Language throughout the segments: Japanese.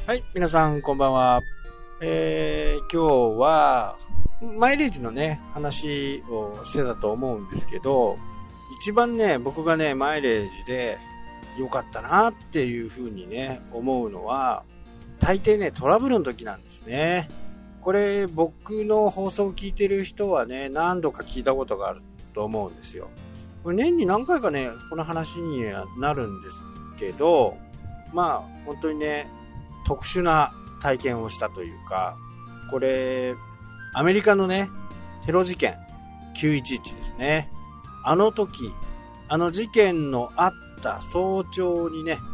はい、皆さんこんばんは。今日はマイレージのね話をしてたと思うんですけど、一番ね僕がねマイレージで良かったなっていう風にね思うのは、大抵ねトラブルの時なんですね。これ僕の放送を聞いてる人はね何度か聞いたことがあると思うんですよ。これ年に何回かねこの話にはなるんですけど、まあ本当にね特殊な体験をしたというか、これアメリカのねテロ事件911ですね。あの時あの事件のあった早朝にね、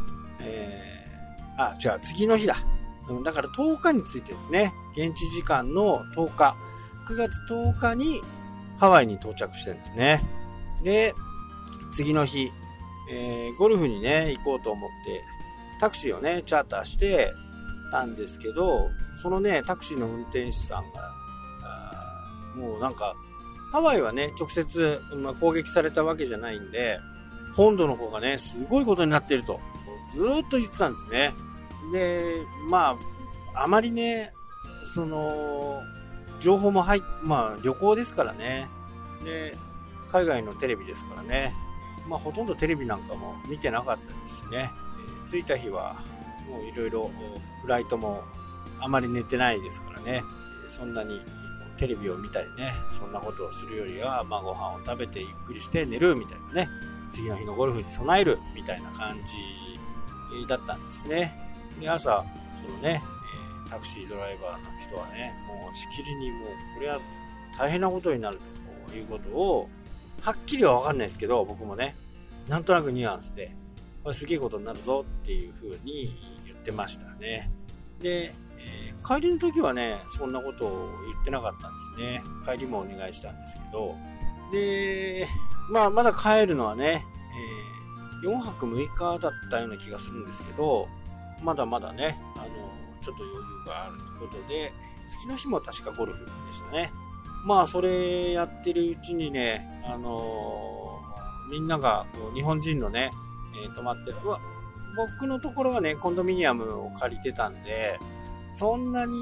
次の日だ。だから10日についてですね、現地時間の10日9月10日にハワイに到着してるんですね。で次の日、ゴルフにね行こうと思ってタクシーをねチャーターしてたんですけど、そのねタクシーの運転手さんがもうなんかハワイはね直接、攻撃されたわけじゃないんで、本土の方がねすごいことになっているとずーっと言ってたんですね。であまりねその情報も旅行ですからね、で海外のテレビですからね、ほとんどテレビなんかも見てなかったですしね、着いた日はもういろいろフライトもあまり寝てないですからね、そんなにテレビを見たりねそんなことをするよりは、ご飯を食べてゆっくりして寝るみたいなね、次の日のゴルフに備えるみたいな感じだったんですね。で朝そのねタクシードライバーの人はねもうしきりにもうこれは大変なことになるということをはっきりは分かんないですけど、僕もねなんとなくニュアンスでこれすげえことになるぞっていう風に言ってましたね。で、帰りの時はねそんなことを言ってなかったんですね。帰りもお願いしたんですけど、でまだ帰るのはね、4泊6日だったような気がするんですけど、まだまだねちょっと余裕があるということで、次の日も確かゴルフでしたね。それやってるうちにねみんなが日本人のね、泊まってる、僕のところはねコンドミニアムを借りてたんでそんなに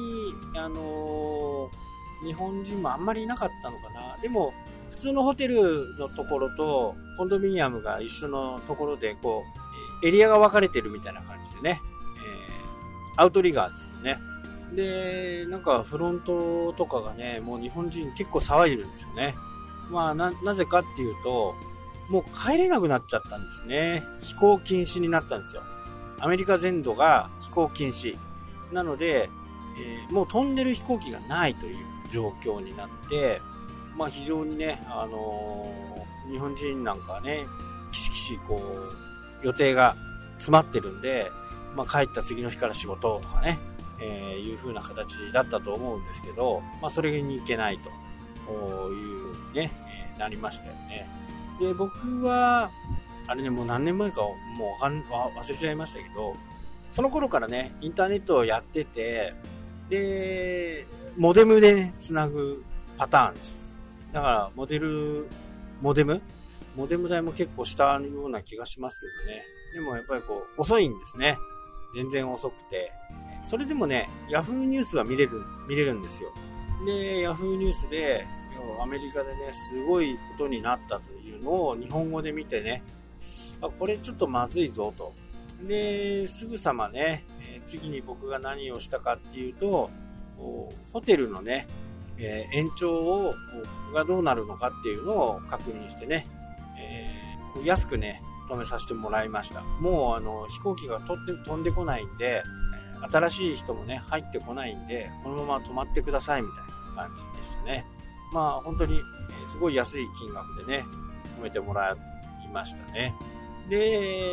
日本人もあんまりいなかったのかな。でも普通のホテルのところとコンドミニアムが一緒のところでこうエリアが分かれてるみたいな感じでね、アウトリガーですよね。でなんかフロントとかがねもう日本人結構騒いでるんですよね。なぜかっていうともう帰れなくなっちゃったんですね。飛行禁止になったんですよ。アメリカ全土が飛行禁止なので、もう飛んでる飛行機がないという状況になって、非常にね、日本人なんかはねきしきしこう予定が詰まってるんで、帰った次の日から仕事とかね、いう風な形だったと思うんですけど、それに行けないというね、なりましたよね。で僕はあれねもう何年前かもう忘れちゃいましたけど、その頃からねインターネットをやってて、でモデムでねつなぐパターンです。だからモデム代も結構したような気がしますけどね。でもやっぱりこう遅いんですね。全然遅くて、それでもねヤフーニュースは見れるんですよ。でヤフーニュースでアメリカでねすごいことになったというのを日本語で見てね、これちょっとまずいぞと。ですぐさまね、次に僕が何をしたかっていうと、ホテルのね、延長がどうなるのかっていうのを確認してね、安くね止めさせてもらいました。もう飛行機が飛んでこないんで、新しい人もね入ってこないんでこのまま止まってくださいみたいな感じでしたね。本当にすごい安い金額でね止めてもらいましたね。で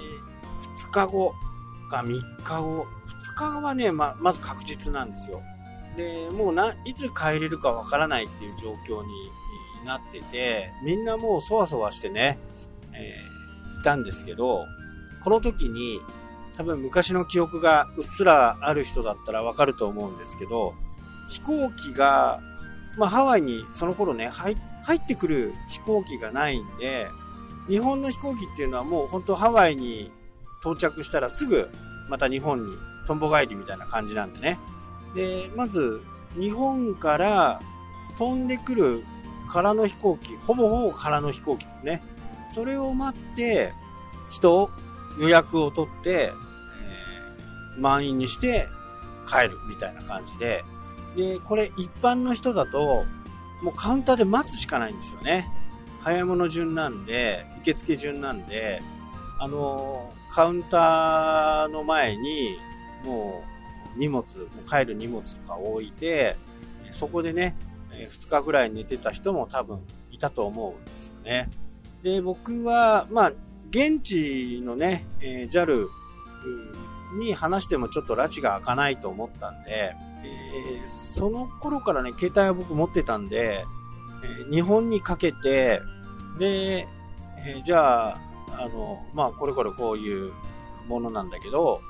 2日後か3日後、2日はね まず確実なんですよ。でもういつ帰れるかわからないっていう状況になってて、みんなもうそわそわしてね、いたんですけど、この時に多分昔の記憶がうっすらある人だったらわかると思うんですけど、飛行機がハワイにその頃ね入ってくる飛行機がないんで、日本の飛行機っていうのはもう本当ハワイに到着したらすぐまた日本にとんぼ返りみたいな感じなんでね。で、まず、日本から飛んでくる空の飛行機、ほぼ空の飛行機ですね。それを待って、予約を取って、満員にして帰るみたいな感じで、で、これ一般の人だと、もうカウンターで待つしかないんですよね。早物順なんで、受付順なんで、カウンターの前に、もう荷物、帰る荷物とか置いて、そこでね、2日ぐらい寝てた人も多分いたと思うんですよね。で、僕は、現地のね、JAL に話してもちょっと拉致が開かないと思ったんで、その頃からね、携帯は僕持ってたんで、日本にかけて、で、じゃあ、これこういうものなんだけど、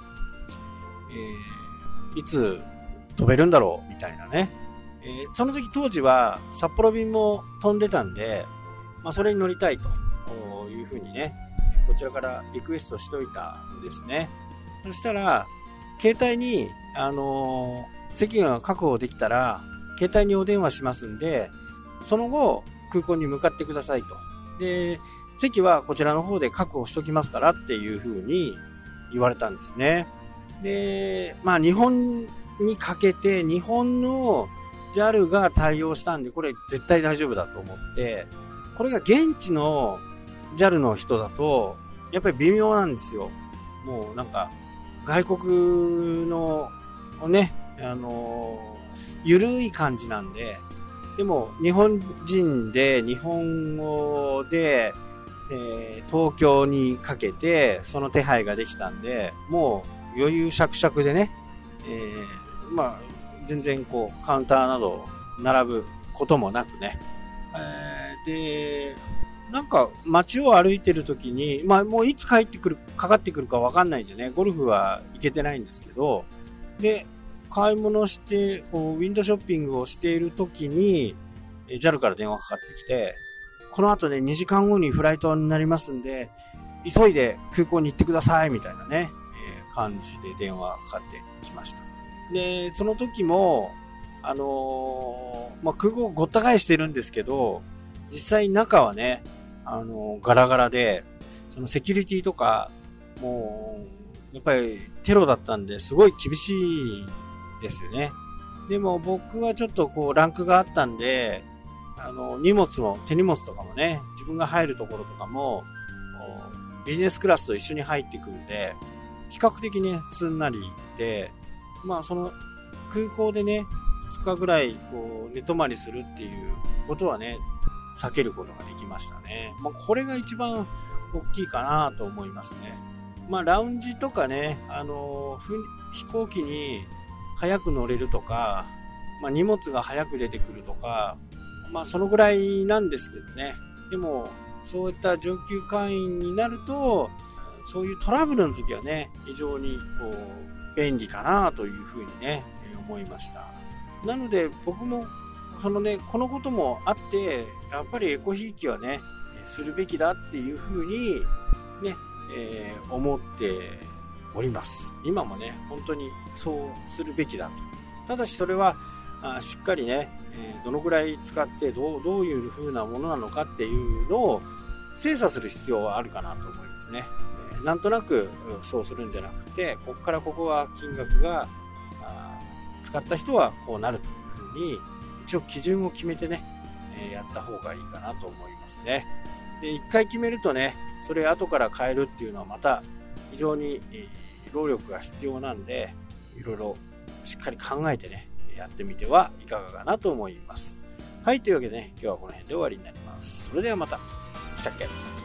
いつ飛べるんだろうみたいなね。その時当時は札幌便も飛んでたんで、それに乗りたいというふうにね、こちらからリクエストしておいたんですね。そしたら、携帯に、席が確保できたら、携帯にお電話しますんで、その後、空港に向かってくださいと。で、席はこちらの方で確保しときますからっていう風に言われたんですね。で、日本にかけて、日本の JAL が対応したんで、これ絶対大丈夫だと思って、これが現地の JAL の人だと、やっぱり微妙なんですよ。もうなんか、外国のね、ゆるい感じなんで、でも日本人で日本語で、東京にかけてその手配ができたんで、もう余裕しゃくしゃくでね、全然こうカウンターなど並ぶこともなくね、で、なんか街を歩いてる時に、もういつかかってくるかわかんないんでね、ゴルフは行けてないんですけど、で、買い物して、こう、ウィンドウショッピングをしている時に、JAL から電話かかってきて、この後ね、2時間後にフライトになりますんで、急いで空港に行ってください、みたいなね、感じで電話かかってきました。で、その時も、空港ごった返してるんですけど、実際中はね、ガラガラで、そのセキュリティとか、もう、やっぱりテロだったんで、すごい厳しいですよね。でも僕はちょっとこうランクがあったんで、荷物も、手荷物とかもね、自分が入るところとかも、ビジネスクラスと一緒に入ってくるんで、比較的ね、すんなりで、その空港でね、2日ぐらいこう寝泊まりするっていうことはね、避けることができましたね。これが一番大きいかなと思いますね。ラウンジとかね、飛行機に早く乗れるとか、荷物が早く出てくるとか、そのぐらいなんですけどね。でも、そういった上級会員になると、そういうトラブルの時はね、非常にこう、便利かなというふうにね、思いました。なので、僕も、このこともあって、やっぱりエコひいきはね、するべきだっていうふうに、ね、思っております。今もね、本当にそうするべきだと。ただしそれはしっかりね、どのくらい使ってどういう風なものなのかっていうのを精査する必要はあるかなと思いますね。なんとなくそうするんじゃなくて、ここからここは金額が使った人はこうなるという風に一応基準を決めてね、やった方がいいかなと思いますね。で、一回決めるとね、それ後から変えるっていうのはまた非常に労力が必要なんで、いろいろしっかり考えてね、やってみてはいかがかなと思います。はい、というわけでね、今日はこの辺で終わりになります。それではまた。したっけ。